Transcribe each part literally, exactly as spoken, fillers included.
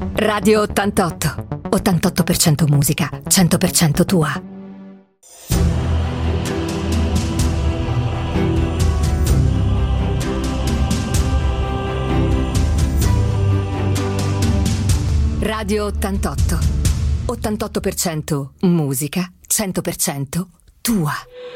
Radio ottantotto. ottantotto per cento musica, cento per cento tua. Radio ottantotto. ottantotto per cento musica, cento per cento tua.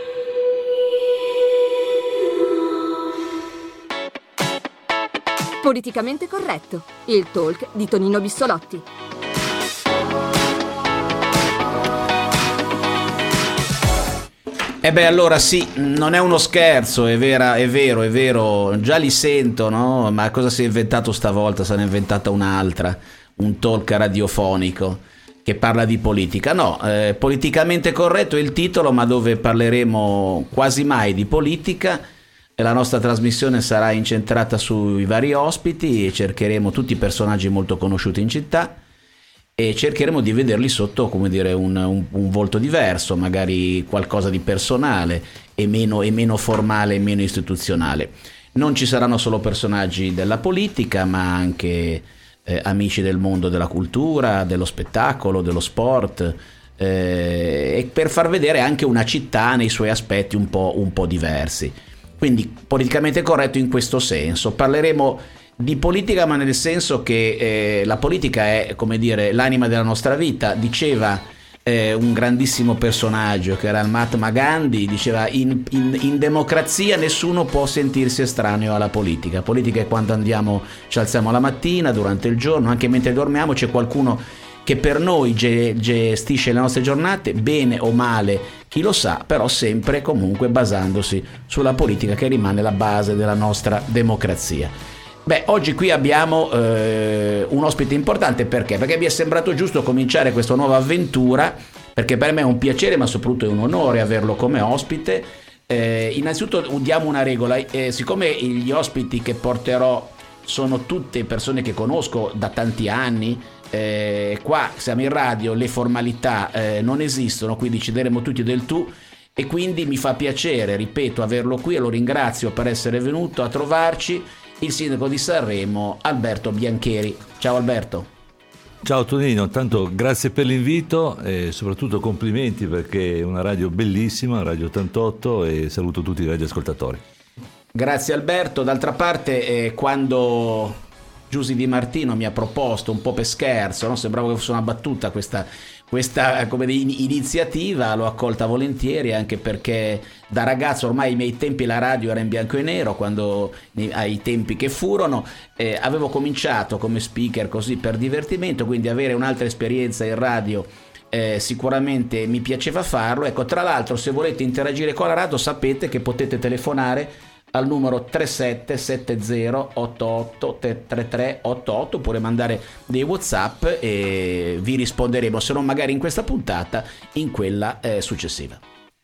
Politicamente corretto, il talk di Tonino Bissolotti. E beh, allora sì, non è uno scherzo, è, vera, è vero, è vero, già li sento, no? Ma cosa si è inventato stavolta? Se ne è inventata un'altra, un talk radiofonico che parla di politica. No, eh, politicamente corretto è il titolo, ma dove parleremo quasi mai di politica. La nostra trasmissione sarà incentrata sui vari ospiti e cercheremo tutti i personaggi molto conosciuti in città e cercheremo di vederli sotto, come dire, un, un, un volto diverso, magari qualcosa di personale e meno, e meno formale e meno istituzionale. Non ci saranno solo personaggi della politica, ma anche eh, amici del mondo della cultura, dello spettacolo, dello sport, eh, e per far vedere anche una città nei suoi aspetti un po', un po' diversi. Quindi politicamente corretto in questo senso. Parleremo di politica, ma nel senso che eh, la politica è, come dire, l'anima della nostra vita. Diceva eh, un grandissimo personaggio che era il Mahatma Gandhi, diceva in, in, in democrazia nessuno può sentirsi estraneo alla politica. Politica è quando andiamo, ci alziamo la mattina, durante il giorno, anche mentre dormiamo c'è qualcuno che per noi gestisce le nostre giornate, bene o male, chi lo sa, però sempre comunque basandosi sulla politica che rimane la base della nostra democrazia. Beh, oggi qui abbiamo eh, un ospite importante, perché? Perché mi è sembrato giusto cominciare questa nuova avventura, perché per me è un piacere, ma soprattutto è un onore averlo come ospite. Eh, innanzitutto diamo una regola, eh, siccome gli ospiti che porterò sono tutte persone che conosco da tanti anni, Eh, qua siamo in radio, le formalità eh, non esistono, quindi decideremo tutti del tu, e quindi mi fa piacere, ripeto, averlo qui e lo ringrazio per essere venuto a trovarci, il sindaco di Sanremo Alberto Biancheri. Ciao Alberto. Ciao Tonino, tanto grazie per l'invito e soprattutto complimenti, perché è una radio bellissima, Radio ottantotto, e saluto tutti i radioascoltatori. Grazie Alberto. D'altra parte eh, quando Giusy Di Martino mi ha proposto, un po' per scherzo, no? Sembrava che fosse una battuta questa, questa come dire, iniziativa, l'ho accolta volentieri, anche perché da ragazzo, ormai ai miei tempi la radio era in bianco e nero, quando ai tempi che furono, eh, avevo cominciato come speaker così per divertimento, quindi avere un'altra esperienza in radio eh, sicuramente mi piaceva farlo. Ecco, tra l'altro, se volete interagire con la radio sapete che potete telefonare al numero tre sette sette zero otto otto tre tre otto otto, oppure mandare dei WhatsApp e vi risponderemo, se non magari in questa puntata, in quella eh, successiva.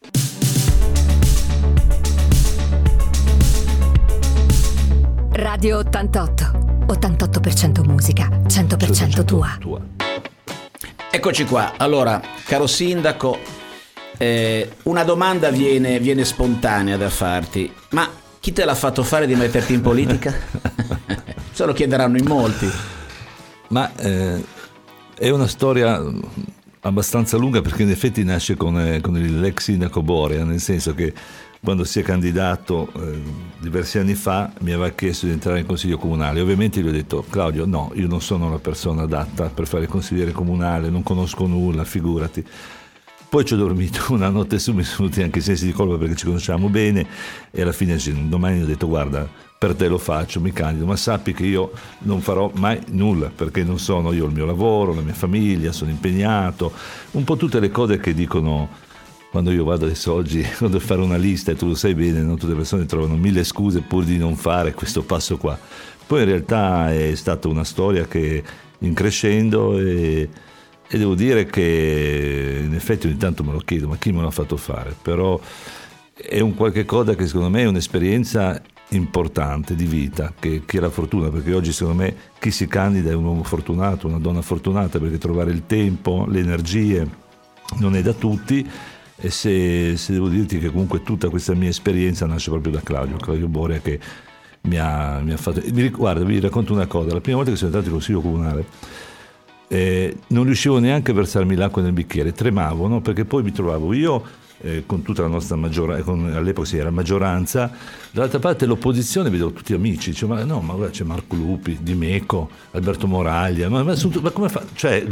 Radio ottantotto. ottantotto per cento musica, cento per cento tua. tua. Eccoci qua. Allora, caro sindaco, eh, una domanda viene, viene spontanea da farti, ma chi te l'ha fatto fare di metterti in politica? Se lo chiederanno in molti. Ma eh, è una storia abbastanza lunga, perché in effetti nasce con, eh, con l'ex sindaco Borea, nel senso che quando si è candidato eh, diversi anni fa mi aveva chiesto di entrare in consiglio comunale. Ovviamente gli ho detto: Claudio, no, io non sono la persona adatta per fare consigliere comunale, non conosco nulla, figurati. Poi ci ho dormito una notte su, mi sono venuti anche i sensi di colpa, perché ci conosciamo bene, e alla fine domani ho detto: guarda, per te lo faccio, mi candido, ma sappi che io non farò mai nulla, perché non sono io, il mio lavoro, la mia famiglia, sono impegnato, un po' tutte le cose che dicono quando io vado adesso oggi, quando fare una lista, e tu lo sai bene, non tutte le persone trovano mille scuse pur di non fare questo passo qua. Poi in realtà è stata una storia che in crescendo, e E devo dire che in effetti ogni tanto me lo chiedo, ma chi me l'ha fatto fare? Però è un qualche cosa che secondo me è un'esperienza importante di vita, che chi ha la fortuna, perché oggi secondo me chi si candida è un uomo fortunato, una donna fortunata, perché trovare il tempo, le energie non è da tutti. E se, se devo dirti che comunque tutta questa mia esperienza nasce proprio da Claudio, Claudio Borea, che mi ha, mi ha fatto... Guarda, vi racconto una cosa: la prima volta che sono entrato in consiglio comunale eh, non riuscivo neanche a versarmi l'acqua nel bicchiere, tremavo, no? Perché poi mi trovavo io eh, con tutta la nostra maggioranza, all'epoca si era maggioranza, dall'altra parte l'opposizione vedevo tutti amici, dicevo, ma no, ma guarda, c'è Marco Lupi, Di Meco, Alberto Moraglia, ma, ma, ma come fa? Cioè,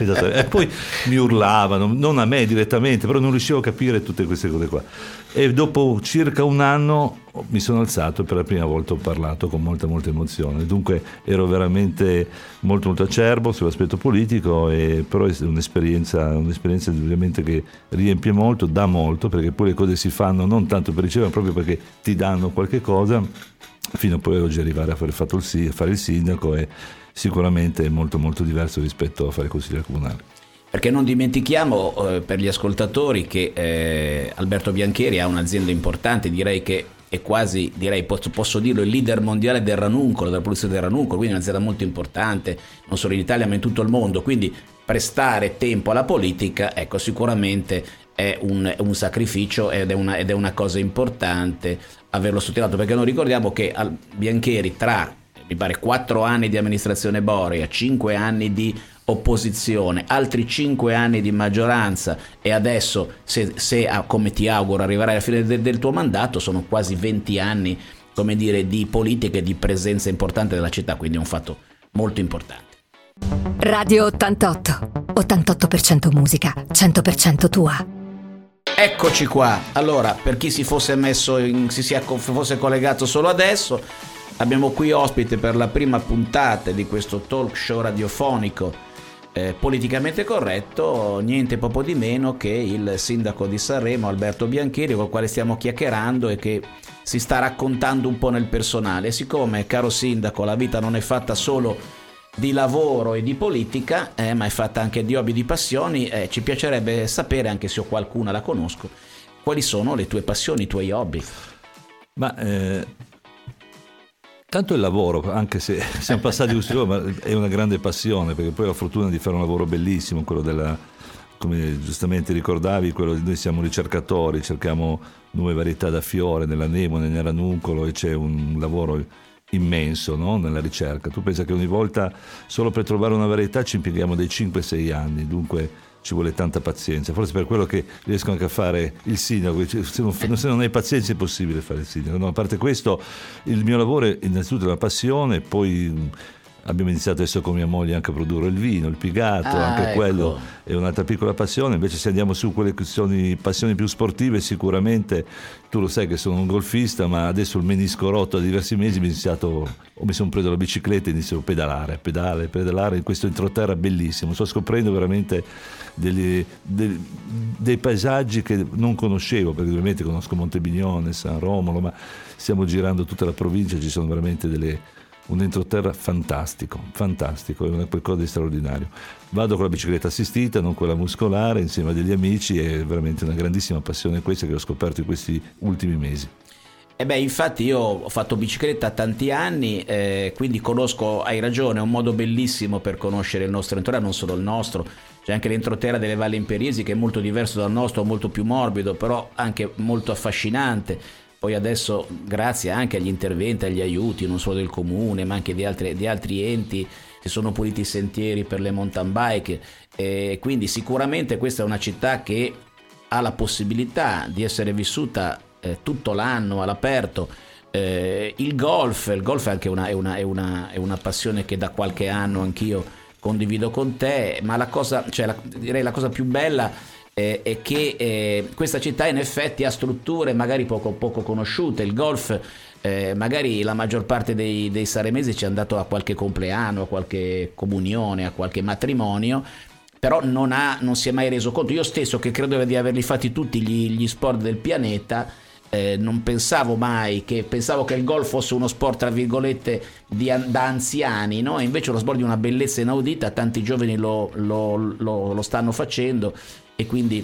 e poi mi urlavano, non a me direttamente, però non riuscivo a capire tutte queste cose qua. E dopo circa un anno mi sono alzato e per la prima volta ho parlato con molta molta emozione, dunque ero veramente molto molto acerbo sull'aspetto politico, e però è un'esperienza, un'esperienza ovviamente che riempie molto, dà molto, perché poi le cose si fanno non tanto per ricevere, ma proprio perché ti danno qualche cosa, fino a poi oggi arrivare a fare, fatto il, a fare il sindaco è sicuramente molto molto diverso rispetto a fare consigliere comunale. Perché non dimentichiamo eh, per gli ascoltatori che eh, Alberto Biancheri ha un'azienda importante, direi che è quasi, direi posso, posso dirlo, il leader mondiale del ranuncolo, della produzione del ranuncolo, quindi un'azienda molto importante non solo in Italia ma in tutto il mondo, quindi prestare tempo alla politica, ecco, sicuramente è un, un sacrificio ed è, una, ed è una cosa importante averlo sottolineato, perché noi ricordiamo che al Biancheri tra, mi pare, quattro anni di amministrazione Borea, cinque anni di opposizione, altri cinque anni di maggioranza, e adesso se, se come ti auguro arriverai alla fine del, del tuo mandato, sono quasi venti anni, come dire, di politica e di presenza importante della città, quindi è un fatto molto importante. Radio ottantotto, ottantotto per cento musica, cento per cento tua. Eccoci qua. Allora, per chi si fosse messo in, si sia fosse collegato solo adesso, abbiamo qui ospite per la prima puntata di questo talk show radiofonico eh, politicamente corretto, niente poco di meno che il sindaco di Sanremo Alberto Biancheri, col quale stiamo chiacchierando e che si sta raccontando un po' nel personale. E siccome, caro sindaco, la vita non è fatta solo di lavoro e di politica, eh, ma è fatta anche di hobby e di passioni, eh, ci piacerebbe sapere, anche se ho qualcuna la conosco, quali sono le tue passioni, i tuoi hobby. Ma eh... tanto il lavoro, anche se siamo passati così, ma è una grande passione, perché poi ho la fortuna di fare un lavoro bellissimo, quello della, come giustamente ricordavi, quello di noi siamo ricercatori, cerchiamo nuove varietà da fiore nell'anemone, nel ranuncolo, e c'è un lavoro immenso, no? Nella ricerca. Tu pensa che ogni volta solo per trovare una varietà ci impieghiamo dei cinque sei anni, dunque ci vuole tanta pazienza, forse per quello che riesco anche a fare il sindaco, se non, se non hai pazienza è impossibile fare il sindaco. No, a parte questo, il mio lavoro è innanzitutto una passione, poi abbiamo iniziato adesso con mia moglie anche a produrre il vino, il pigato, ah, anche ecco. Quello è un'altra piccola passione. Invece se andiamo su quelle che sono passioni più sportive, sicuramente tu lo sai che sono un golfista, ma adesso il menisco rotto da diversi mesi mi, iniziato, o mi sono preso la bicicletta e inizio a pedalare, pedale, pedalare in questo entroterra bellissimo. Sto scoprendo veramente degli, dei, dei paesaggi che non conoscevo, perché ovviamente conosco Montebignone, San Romolo, ma stiamo girando tutta la provincia, ci sono veramente delle un entroterra fantastico, fantastico, è una qualcosa di straordinario. Vado con la bicicletta assistita, non quella muscolare, insieme a degli amici, è veramente una grandissima passione questa che ho scoperto in questi ultimi mesi. E beh, infatti io ho fatto bicicletta tanti anni, eh, quindi conosco, hai ragione, è un modo bellissimo per conoscere il nostro entroterra, non solo il nostro, c'è anche l'entroterra delle Valli Imperiesi che è molto diverso dal nostro, molto più morbido, però anche molto affascinante. Poi adesso, grazie anche agli interventi, agli aiuti, non solo del comune, ma anche di altri, di altri enti, si sono puliti i sentieri per le mountain bike, e quindi sicuramente questa è una città che ha la possibilità di essere vissuta eh, tutto l'anno all'aperto. Eh, il golf, il golf è anche una, è una, è una, è una passione che da qualche anno anch'io condivido con te, ma la cosa, cioè la, direi la cosa più bella Eh, è che eh, questa città in effetti ha strutture magari poco, poco conosciute. Il golf, eh, magari la maggior parte dei, dei saremesi ci è andato a qualche compleanno, a qualche comunione, a qualche matrimonio, però non, ha, non si è mai reso conto. Io stesso, che credo di averli fatti tutti gli, gli sport del pianeta, eh, non pensavo mai che pensavo che il golf fosse uno sport tra virgolette di, da anziani, no? Invece è uno sport di una bellezza inaudita, tanti giovani lo, lo, lo, lo stanno facendo, e quindi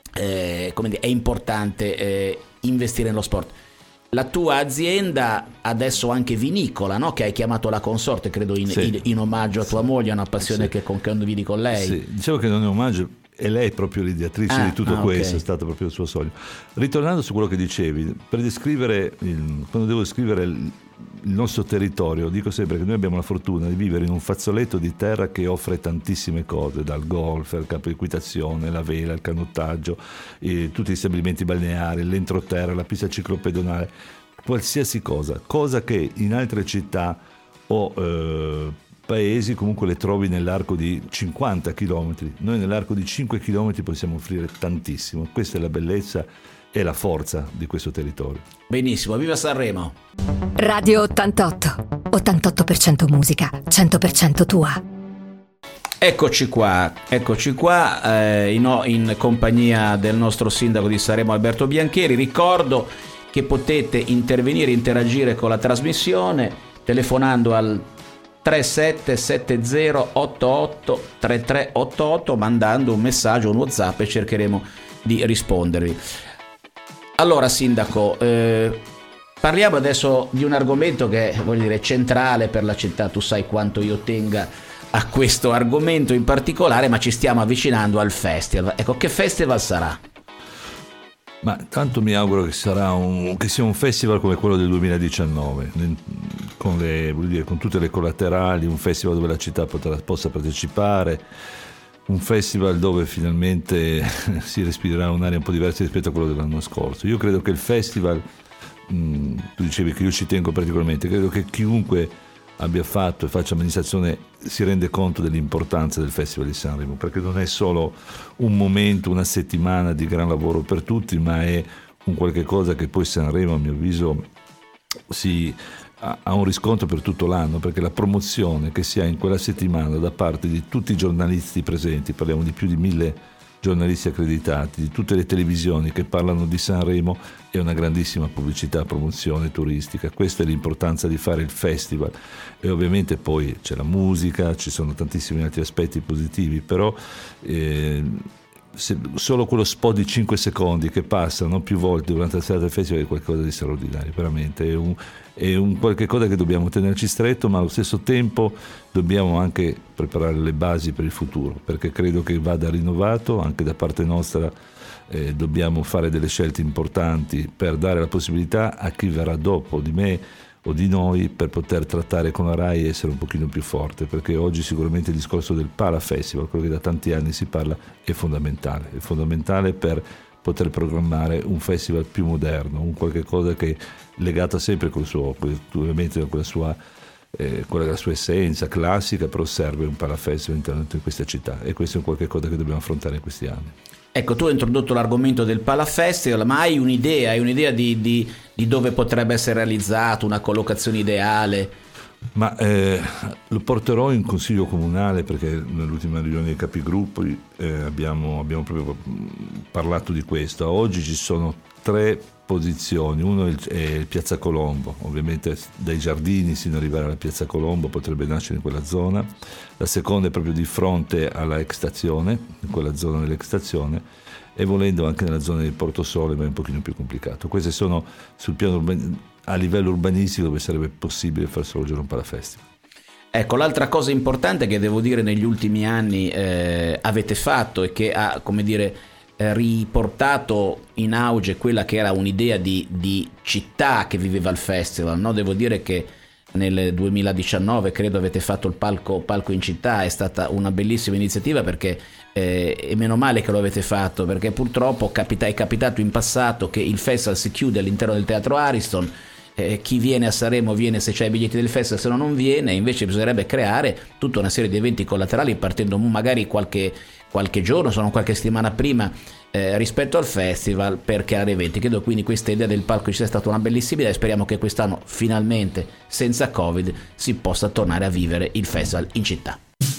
eh, come dire, è importante eh, investire nello sport. La tua azienda adesso anche vinicola, no? Che hai chiamato la Consorte, credo in, sì. in, in omaggio a tua sì. moglie, è una passione sì. che condividi con lei. Sì, diciamo che non è omaggio, è lei proprio l'ideatrice ah, di tutto ah, questo, okay. È stato proprio il suo sogno. Ritornando su quello che dicevi, per descrivere il, quando devo descrivere il nostro territorio, dico sempre che noi abbiamo la fortuna di vivere in un fazzoletto di terra che offre tantissime cose, dal golf, al campo di equitazione, la vela, il canottaggio, eh, tutti gli stabilimenti balneari, l'entroterra, la pista ciclopedonale, qualsiasi cosa, cosa che in altre città o eh, paesi comunque le trovi nell'arco di cinquanta chilometri. Noi nell'arco di cinque chilometri possiamo offrire tantissimo. Questa è la bellezza e la forza di questo territorio. Benissimo, viva Sanremo! Radio ottantotto, ottantotto per cento musica, cento per cento tua. Eccoci qua, eccoci qua eh, in, in compagnia del nostro sindaco di Sanremo Alberto Biancheri. Ricordo che potete intervenire, interagire con la trasmissione telefonando al tre sette sette zero otto otto tre tre otto otto, mandando un messaggio, un WhatsApp, e cercheremo di rispondervi. Allora sindaco, eh, parliamo adesso di un argomento che voglio dire centrale per la città. Tu sai quanto io tenga a questo argomento in particolare, ma ci stiamo avvicinando al festival. Ecco, che festival sarà? Ma tanto mi auguro che sarà un, che sia un festival come quello del duemiladiciannove, con, le, vuol dire, con tutte le collaterali, un festival dove la città potrà, possa partecipare, un festival dove finalmente si respirerà un'aria un po' diversa rispetto a quello dell'anno scorso. Io credo che il festival, mh, tu dicevi che io ci tengo particolarmente, credo che chiunque abbia fatto e faccia amministrazione si rende conto dell'importanza del Festival di Sanremo, perché non è solo un momento, una settimana di gran lavoro per tutti, ma è un qualche cosa che poi Sanremo, a mio avviso, si ha un riscontro per tutto l'anno, perché la promozione che si ha in quella settimana da parte di tutti i giornalisti presenti, parliamo di più di mille giornalisti accreditati, di tutte le televisioni che parlano di Sanremo, è una grandissima pubblicità, promozione turistica. Questa è l'importanza di fare il festival, e ovviamente poi c'è la musica, ci sono tantissimi altri aspetti positivi, però eh, se solo quello spot di cinque secondi che passano più volte durante la serata del festival è qualcosa di straordinario, veramente è un, è un qualche cosa che dobbiamo tenerci stretto, ma allo stesso tempo dobbiamo anche preparare le basi per il futuro, perché credo che vada rinnovato anche da parte nostra. Eh, dobbiamo fare delle scelte importanti per dare la possibilità a chi verrà dopo di me o di noi per poter trattare con la RAI e essere un pochino più forte, perché oggi sicuramente il discorso del Pala Festival, quello che da tanti anni si parla, è fondamentale, è fondamentale per poter programmare un festival più moderno, un qualche cosa che è legata sempre col suo, ovviamente con la sua eh, quella la sua essenza classica, però serve un Pala Festival in questa città, e questo è un qualche cosa che dobbiamo affrontare in questi anni. Ecco, tu hai introdotto l'argomento del Pala Festival, ma hai un'idea, hai un'idea di, di, di dove potrebbe essere realizzato, una collocazione ideale? Ma eh, lo porterò in consiglio comunale, perché nell'ultima riunione dei capigruppo eh, abbiamo, abbiamo proprio parlato di questo. Oggi ci sono tre posizioni, uno è il, è il Piazza Colombo, ovviamente dai giardini sino ad arrivare alla Piazza Colombo potrebbe nascere in quella zona. La seconda è proprio di fronte alla ex stazione, in quella zona dell'ex stazione, e volendo anche nella zona di Porto Sole, ma è un pochino più complicato. Queste sono sul piano urbanistico, a livello urbanistico, dove sarebbe possibile far svolgere un Palafestival. Ecco, l'altra cosa importante che devo dire negli ultimi anni eh, avete fatto e che ha, come dire, eh, riportato in auge quella che era un'idea di, di città che viveva il festival, no? Devo dire che nel duemiladiciannove credo avete fatto il palco, palco in città, è stata una bellissima iniziativa, perché eh, e meno male che lo avete fatto, perché purtroppo capita, è capitato in passato che il festival si chiude all'interno del Teatro Ariston. Eh, chi viene a Sanremo viene se c'è i biglietti del festival, se no non viene. Invece bisognerebbe creare tutta una serie di eventi collaterali, partendo magari qualche, qualche giorno, sono qualche settimana prima eh, rispetto al festival, per creare eventi. Credo quindi questa idea del palco ci sia stata una bellissima idea, e speriamo che quest'anno finalmente, senza Covid, si possa tornare a vivere il festival in città.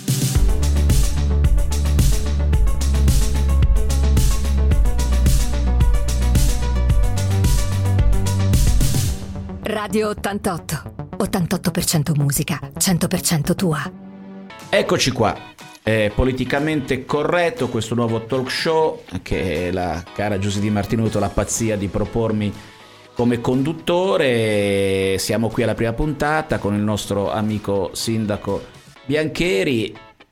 Radio ottantotto, ottantotto per cento musica, cento per cento tua. Eccoci qua, è politicamente corretto, questo nuovo talk show che la cara Giusy Di Martino ha avuto la pazzia di propormi come conduttore. Siamo qui alla prima puntata con il nostro amico sindaco Biancheri.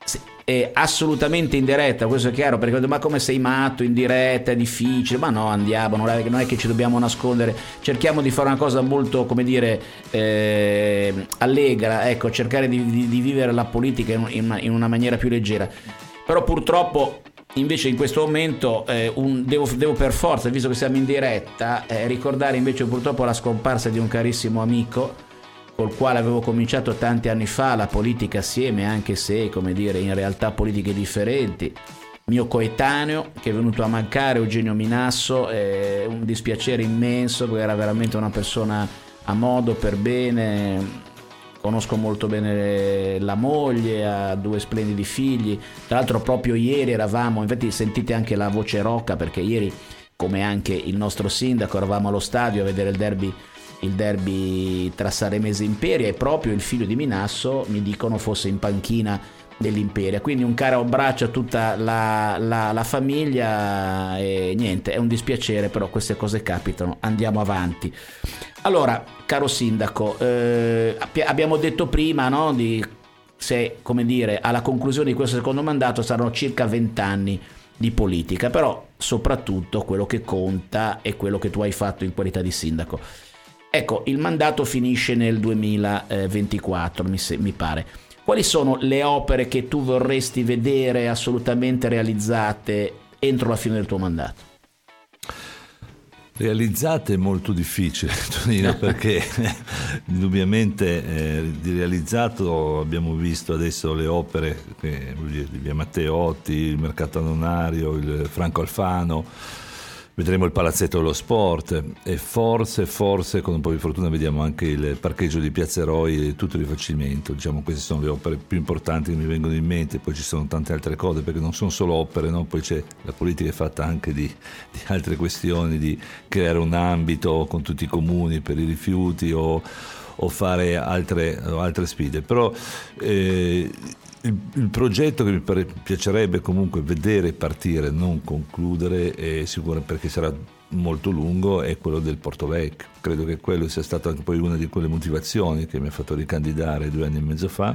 eh, assolutamente in diretta, questo è chiaro, perché ma come sei matto, in diretta è difficile, ma no, andiamo, non è, non è che ci dobbiamo nascondere, cerchiamo di fare una cosa molto, come dire, eh, allegra, ecco, cercare di, di, di vivere la politica in, in, una, in una maniera più leggera. Però purtroppo invece in questo momento eh, un, devo, devo per forza, visto che siamo in diretta, eh, ricordare invece purtroppo la scomparsa di un carissimo amico col quale avevo cominciato tanti anni fa la politica assieme, anche se, come dire, in realtà politiche differenti. Mio coetaneo che è venuto a mancare, Eugenio Minasso, è un dispiacere immenso perché era veramente una persona a modo, per bene, conosco molto bene la moglie, ha due splendidi figli, tra l'altro proprio ieri eravamo, infatti sentite anche la voce rocca perché ieri, come anche il nostro sindaco, eravamo allo stadio a vedere il derby il derby tra Saremese e Imperia, e proprio il figlio di Minasso mi dicono fosse in panchina dell'Imperia, quindi un caro abbraccio a tutta la, la, la famiglia e niente, è un dispiacere, però queste cose capitano, andiamo avanti. Allora, caro sindaco, eh, abbiamo detto prima, no, di se, come dire, alla conclusione di questo secondo mandato saranno circa vent'anni di politica, però soprattutto quello che conta è quello che tu hai fatto in qualità di sindaco. Ecco, il mandato finisce nel duemilaventiquattro, mi, se, mi pare. Quali sono le opere che tu vorresti vedere assolutamente realizzate entro la fine del tuo mandato? Realizzate è molto difficile, Tonino, perché indubbiamente eh, di realizzato abbiamo visto adesso le opere eh, di via Matteotti, il Mercato Annonario, il Franco Alfano. Vedremo il Palazzetto dello Sport e forse, forse con un po' di fortuna vediamo anche il parcheggio di Piazza Eroi e tutto il rifacimento. Diciamo, queste sono le opere più importanti che mi vengono in mente. Poi ci sono tante altre cose, perché non sono solo opere, no? Poi c'è la politica è fatta anche di, di altre questioni, di creare un ambito con tutti i comuni per i rifiuti o, o fare altre, altre sfide. Però eh, Il, il progetto che mi pare, piacerebbe comunque vedere partire, non concludere, è sicuro perché sarà molto lungo, è quello del Porto Vecchio. Credo che quello sia stata anche poi una di quelle motivazioni che mi ha fatto ricandidare due anni e mezzo fa,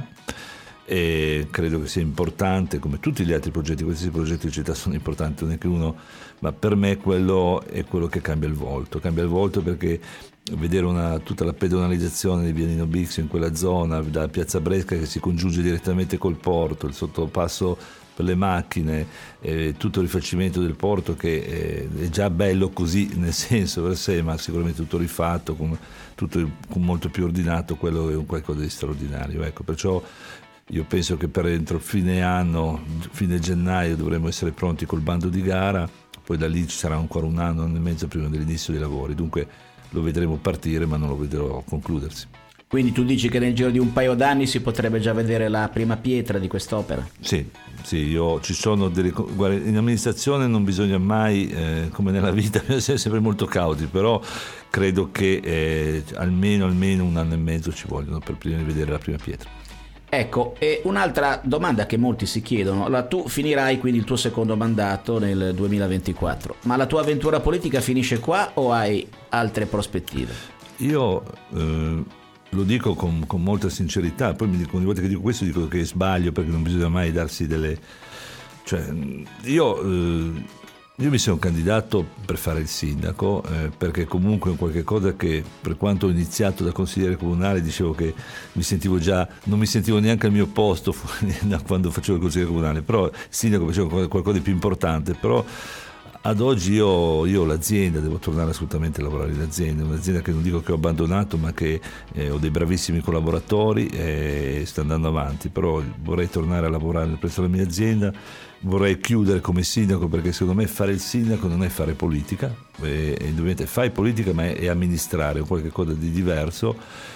e credo che sia importante, come tutti gli altri progetti, questi progetti di città sono importanti, non è che uno, ma per me quello è quello che cambia il volto, cambia il volto perché vedere una, tutta la pedonalizzazione di via Nino Bixio in quella zona, da Piazza Bresca che si congiunge direttamente col porto, il sottopasso per le macchine, eh, tutto il rifacimento del porto che eh, è già bello così nel senso per sé, ma sicuramente tutto rifatto, con, tutto con molto più ordinato, quello è un qualcosa di straordinario. Ecco, perciò io penso che per entro fine anno, fine gennaio dovremo essere pronti col bando di gara, poi da lì ci sarà ancora un anno, anno e mezzo prima dell'inizio dei lavori, dunque lo vedremo partire ma non lo vedrò concludersi. Quindi tu dici che nel giro di un paio d'anni si potrebbe già vedere la prima pietra di quest'opera? Sì, sì, io ci sono delle, guarda, in amministrazione non bisogna mai, eh, come nella vita, essere sempre molto cauti, però credo che eh, almeno, almeno un anno e mezzo ci vogliono per prima di vedere la prima pietra. Ecco, e un'altra domanda che molti si chiedono, allora tu finirai quindi il tuo secondo mandato nel duemilaventiquattro, ma la tua avventura politica finisce qua o hai altre prospettive? Io eh, lo dico con, con molta sincerità, poi mi dico, ogni volta che dico questo dico che sbaglio perché non bisogna mai darsi delle... cioè io... Eh, Io mi sono candidato per fare il sindaco eh, perché comunque è qualche cosa che, per quanto ho iniziato da consigliere comunale, dicevo che mi sentivo già, non mi sentivo neanche al mio posto da quando facevo il consigliere comunale, però il sindaco faceva qualcosa di più importante. Però ad oggi io, io ho l'azienda, devo tornare assolutamente a lavorare in azienda, un'azienda che non dico che ho abbandonato, ma che eh, ho dei bravissimi collaboratori e sta andando avanti, però vorrei tornare a lavorare presso la mia azienda. Vorrei chiudere come sindaco perché secondo me fare il sindaco non è fare politica, e, e fai politica ma è, è amministrare, qualche cosa di diverso,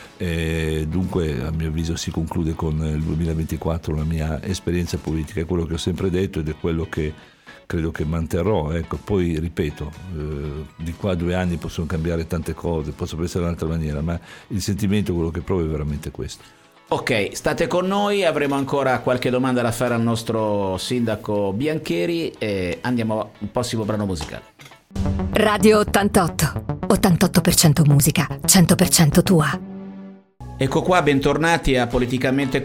e dunque a mio avviso si conclude con il duemilaventiquattro la mia esperienza politica, è quello che ho sempre detto ed è quello che credo che manterrò. Ecco, poi ripeto, eh, di qua a due anni possono cambiare tante cose, posso pensare in un'altra maniera, ma il sentimento, quello che provo è veramente questo. Ok, state con noi, avremo ancora qualche domanda da fare al nostro sindaco Biancheri e andiamo al prossimo brano musicale. Radio ottantotto, ottantotto per cento musica, cento per cento tua. Ecco qua, bentornati a Politicamente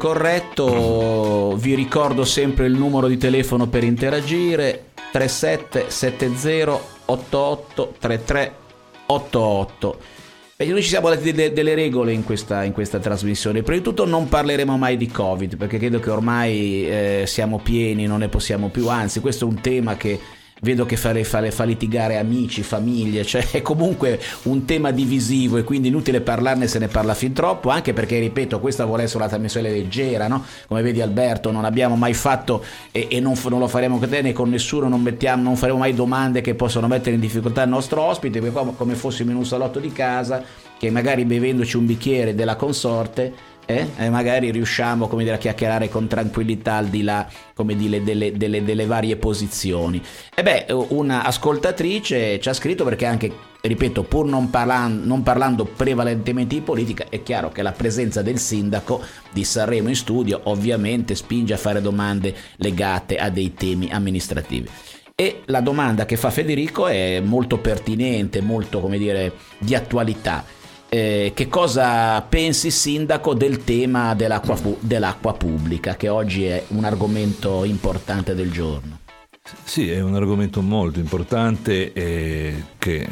Corretto. Vi ricordo sempre il numero di telefono per interagire: tre sette sette zero otto otto tre tre otto otto. Beh, noi ci siamo dati delle, delle regole in questa, in questa trasmissione. Prima di tutto non parleremo mai di Covid, perché credo che ormai eh, siamo pieni, non ne possiamo più. Anzi, questo è un tema che vedo che fa, fa, fa litigare amici, famiglie, cioè è comunque un tema divisivo e quindi inutile parlarne, se ne parla fin troppo, anche perché, ripeto, questa vuole essere una trasmissione leggera, no? Come vedi, Alberto, non abbiamo mai fatto e, e non, non lo faremo con te né con nessuno, non, mettiamo, non faremo mai domande che possono mettere in difficoltà il nostro ospite, come, come fossimo in un salotto di casa, che magari bevendoci un bicchiere della consorte Eh? E magari riusciamo, come dire, a chiacchierare con tranquillità al di là, come dire, delle, delle, delle varie posizioni. E beh, una ascoltatrice ci ha scritto, perché anche, ripeto, pur non, parlan- non parlando prevalentemente di politica, è chiaro che la presenza del sindaco di Sanremo in studio ovviamente spinge a fare domande legate a dei temi amministrativi. E la domanda che fa Federico è molto pertinente, molto, come dire, di attualità. Eh, che cosa pensi, sindaco, del tema dell'acqua, dell'acqua pubblica, che oggi è un argomento importante del giorno? Sì, è un argomento molto importante e che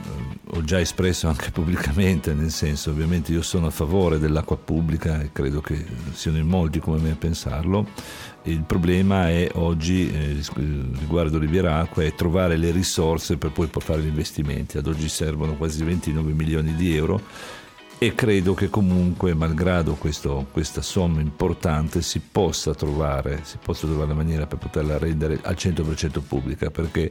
ho già espresso anche pubblicamente, nel senso, ovviamente io sono a favore dell'acqua pubblica e credo che siano in molti come me a pensarlo. Il problema è oggi, eh, riguardo Riviera Acqua, è trovare le risorse per poi fare gli investimenti. Ad oggi servono quasi ventinove milioni di euro e credo che comunque, malgrado questo, questa somma importante, si possa trovare, si possa trovare la maniera per poterla rendere al cento per cento pubblica, perché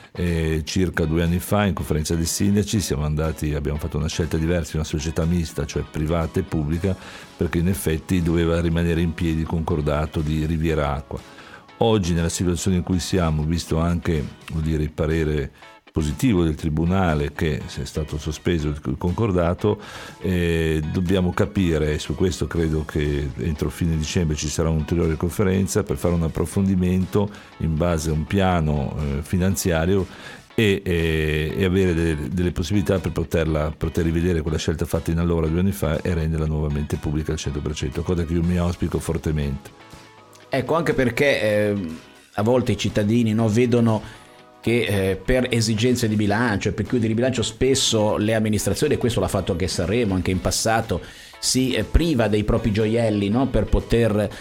Eh, circa due anni fa in conferenza dei sindaci siamo andati, abbiamo fatto una scelta diversa, una società mista, cioè privata e pubblica, perché in effetti doveva rimanere in piedi il concordato di Riviera Acqua. Oggi, nella situazione in cui siamo, visto anche, vuol dire, il parere positivo del Tribunale che è stato sospeso il concordato, eh, dobbiamo capire, e su questo credo che entro fine dicembre ci sarà un'ulteriore conferenza per fare un approfondimento in base a un piano eh, finanziario e, e, e avere delle, delle possibilità per poterla, poter rivedere quella scelta fatta in allora due anni fa e renderla nuovamente pubblica al cento per cento, cosa che io mi auspico fortemente. Ecco, anche perché eh, a volte i cittadini, no, vedono che eh, per esigenze di bilancio e per chiudere il bilancio spesso le amministrazioni, e questo l'ha fatto anche Sanremo, anche in passato, si eh, priva dei propri gioielli, no, per poter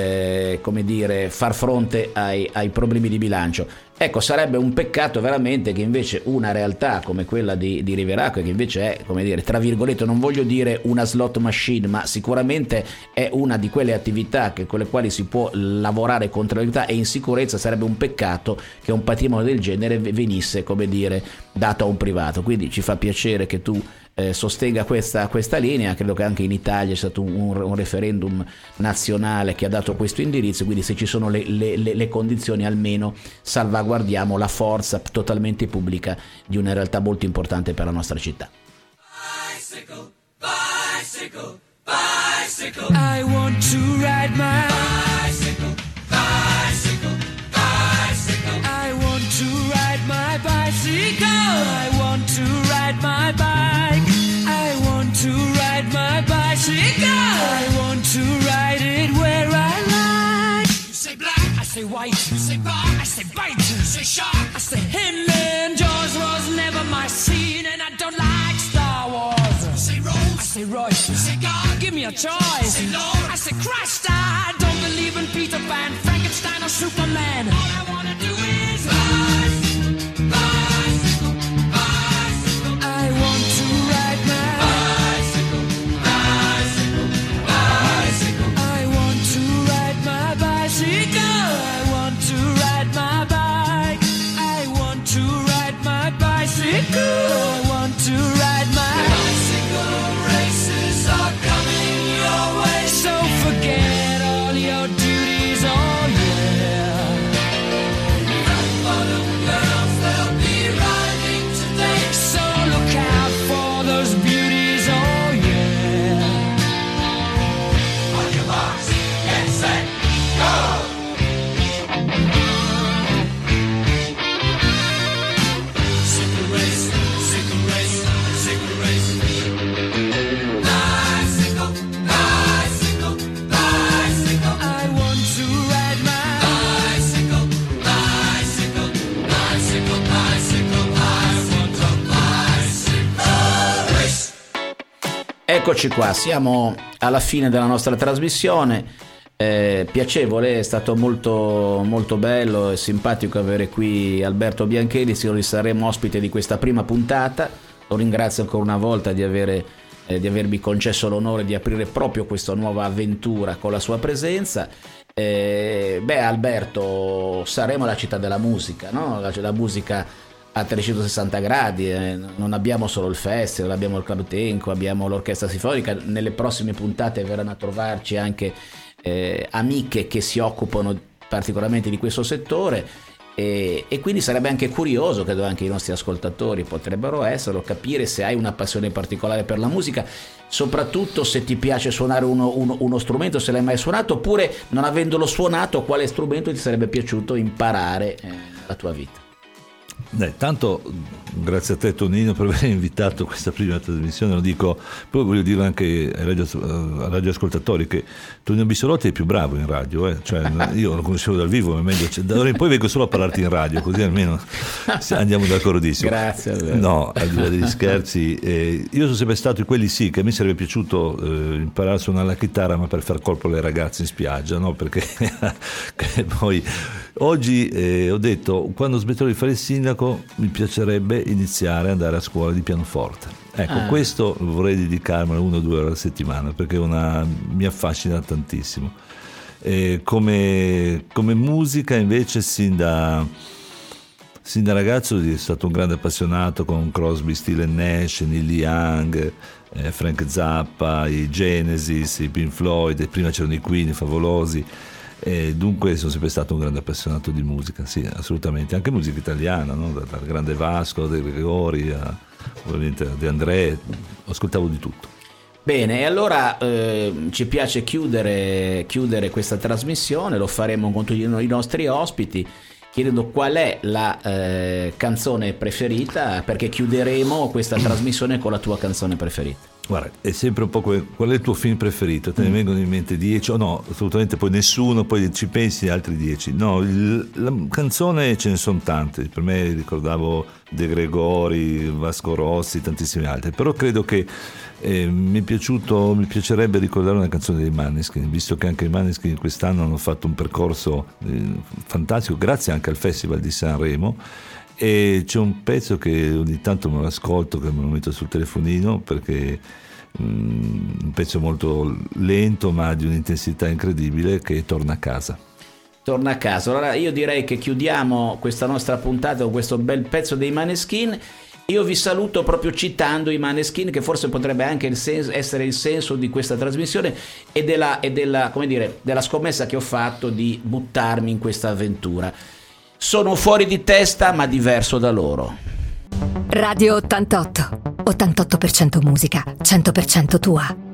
eh, come dire, far fronte ai, ai problemi di bilancio. Ecco, sarebbe un peccato veramente che invece una realtà come quella di, di Riviera Acqua, che invece è, come dire, tra virgolette, non voglio dire una slot machine, ma sicuramente è una di quelle attività che, con le quali si può lavorare con tranquillità e in sicurezza, sarebbe un peccato che un patrimonio del genere venisse, come dire, dato a un privato. Quindi ci fa piacere che tu eh, sostenga questa, questa linea. Credo che anche in Italia c'è stato un, un referendum nazionale che ha dato questo indirizzo, quindi se ci sono le, le, le, le condizioni, almeno salvaguardiamo la forza totalmente pubblica di una realtà molto importante per la nostra città. Bicycle, bicycle, bicycle. I want to ride my bicycle, bicycle, bicycle. I want to ride my bicycle. I want to ride my bike. I want to ride my bicycle. I want to ride it where I like. You say black, I say white. You say bar, I say bite. You say shark, I say him. And Jaws was never my scene, and I don't like Star Wars. You say Rose, I say Royce. You say God, give me a choice. You say Lord, I say Christ. I don't believe in Peter Pan, Frankenstein or Superman. All I wanna do is rise. I want to ride my bicycle. Races are coming your way, so forget all your duties, oh yeah. Eccoci qua, siamo alla fine della nostra trasmissione, eh, piacevole, è stato molto, molto bello e simpatico avere qui Alberto Biancheli, se saremo ospite di questa prima puntata. Lo ringrazio ancora una volta di, avere, eh, di avermi concesso l'onore di aprire proprio questa nuova avventura con la sua presenza. Eh, beh Alberto, saremo la città della musica, no? La, la musica a trecentosessanta gradi, eh, non abbiamo solo il festival, abbiamo il Club Tenco, abbiamo l'orchestra sinfonica. Nelle prossime puntate verranno a trovarci anche eh, amiche che si occupano particolarmente di questo settore, e, e quindi sarebbe anche curioso, credo anche i nostri ascoltatori potrebbero esserlo, capire se hai una passione particolare per la musica, soprattutto se ti piace suonare uno, uno, uno strumento, se l'hai mai suonato, oppure non avendolo suonato quale strumento ti sarebbe piaciuto imparare eh, nella tua vita. Eh, tanto grazie a te Tonino per aver invitato a questa prima trasmissione, lo dico, poi voglio dire anche ai radio, ai radioascoltatori che Tonino Bissolotti è il più bravo in radio, eh? Cioè, io lo conoscevo dal vivo, ma è meglio, cioè, da ora in poi vengo solo a parlarti in radio, così almeno andiamo d'accordissimo. Grazie. No, al di là degli scherzi, eh, io sono sempre stato di quelli sì che a me sarebbe piaciuto eh, imparare a suonare la chitarra, ma per far colpo alle ragazze in spiaggia, no? Perché che poi oggi eh, ho detto, quando smetterò di fare il sindaco mi piacerebbe iniziare ad andare a scuola di pianoforte. Ecco, ah. questo vorrei dedicarmelo una o due ore alla settimana, perché è una, mi affascina tantissimo. E come, come musica invece sin da, sin da ragazzo sono stato un grande appassionato con Crosby, Stills and Nash, Neil Young, eh, Frank Zappa, i Genesis, i Pink Floyd, e prima c'erano i Queen, i favolosi. E dunque sono sempre stato un grande appassionato di musica, sì, assolutamente, anche musica italiana, no? Dal grande Vasco, De Gregori a, ovviamente, De André, ascoltavo di tutto. Bene, e allora eh, ci piace chiudere, chiudere questa trasmissione, lo faremo con tutti i nostri ospiti, chiedendo qual è la eh, canzone preferita, perché chiuderemo questa trasmissione con la tua canzone preferita. Guarda, è sempre un po' quel, qual è il tuo film preferito? Te ne vengono in mente dieci o no? Assolutamente poi nessuno, poi ci pensi altri dieci. No, il, la canzone ce ne sono tante, per me ricordavo De Gregori, Vasco Rossi, tantissimi altri, però credo che eh, mi è piaciuto, mi piacerebbe ricordare una canzone dei Maneskin, visto che anche i Maneskin quest'anno hanno fatto un percorso eh, fantastico, grazie anche al Festival di Sanremo. E c'è un pezzo che ogni tanto me lo ascolto, che me lo metto sul telefonino, perché um, un pezzo molto lento ma di un'intensità incredibile, che è Torna a casa. Torna a casa. Allora io direi che chiudiamo questa nostra puntata con questo bel pezzo dei Maneskin. Io vi saluto proprio citando i Maneskin, che forse potrebbe anche il senso, essere il senso di questa trasmissione e della, e della, come dire, della scommessa che ho fatto di buttarmi in questa avventura. Sono fuori di testa ma diverso da loro. Radio ottantotto, ottantotto per cento musica, cento per cento tua.